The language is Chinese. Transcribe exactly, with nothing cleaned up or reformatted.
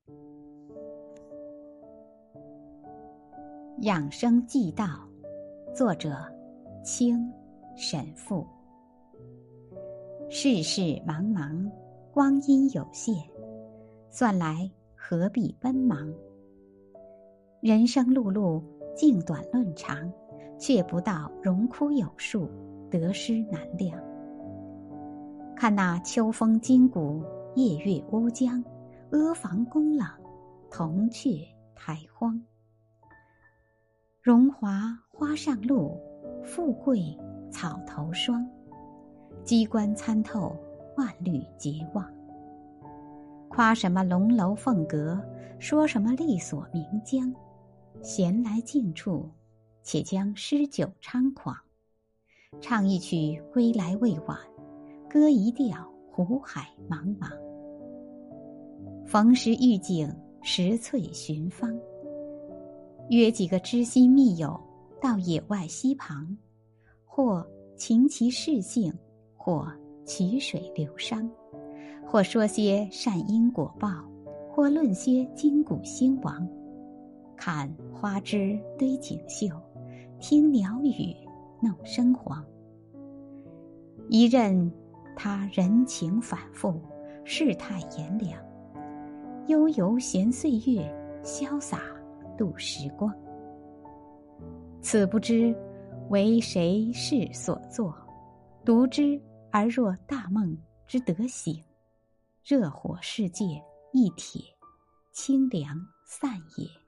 养生记道，作者清沈复。世事茫茫，光阴有限，算来何必奔忙？人生碌碌，静短论长，却不到荣枯有数，得失难量。看那秋风金谷，夜月乌江，阿房宫冷，铜雀苔荒。荣华花上路，富贵草头霜。机关参透，万虑皆忘。夸什么龙楼凤阁，说什么利索名江。闲来静处，且将诗酒猖狂。唱一曲归来未晚，歌一调湖海茫茫。逢时遇景，拾翠寻芳。约几个知心密友，到野外溪旁，或琴棋事性，或曲水流觞，或说些善因果报，或论些今古兴亡。看花枝堆锦绣，听鸟语弄声黄。一任他人情反复，世态炎凉，悠游闲岁月，潇洒度时光。此不知为谁事所作，读之而若大梦之得醒。热火世界一帖，清凉散也。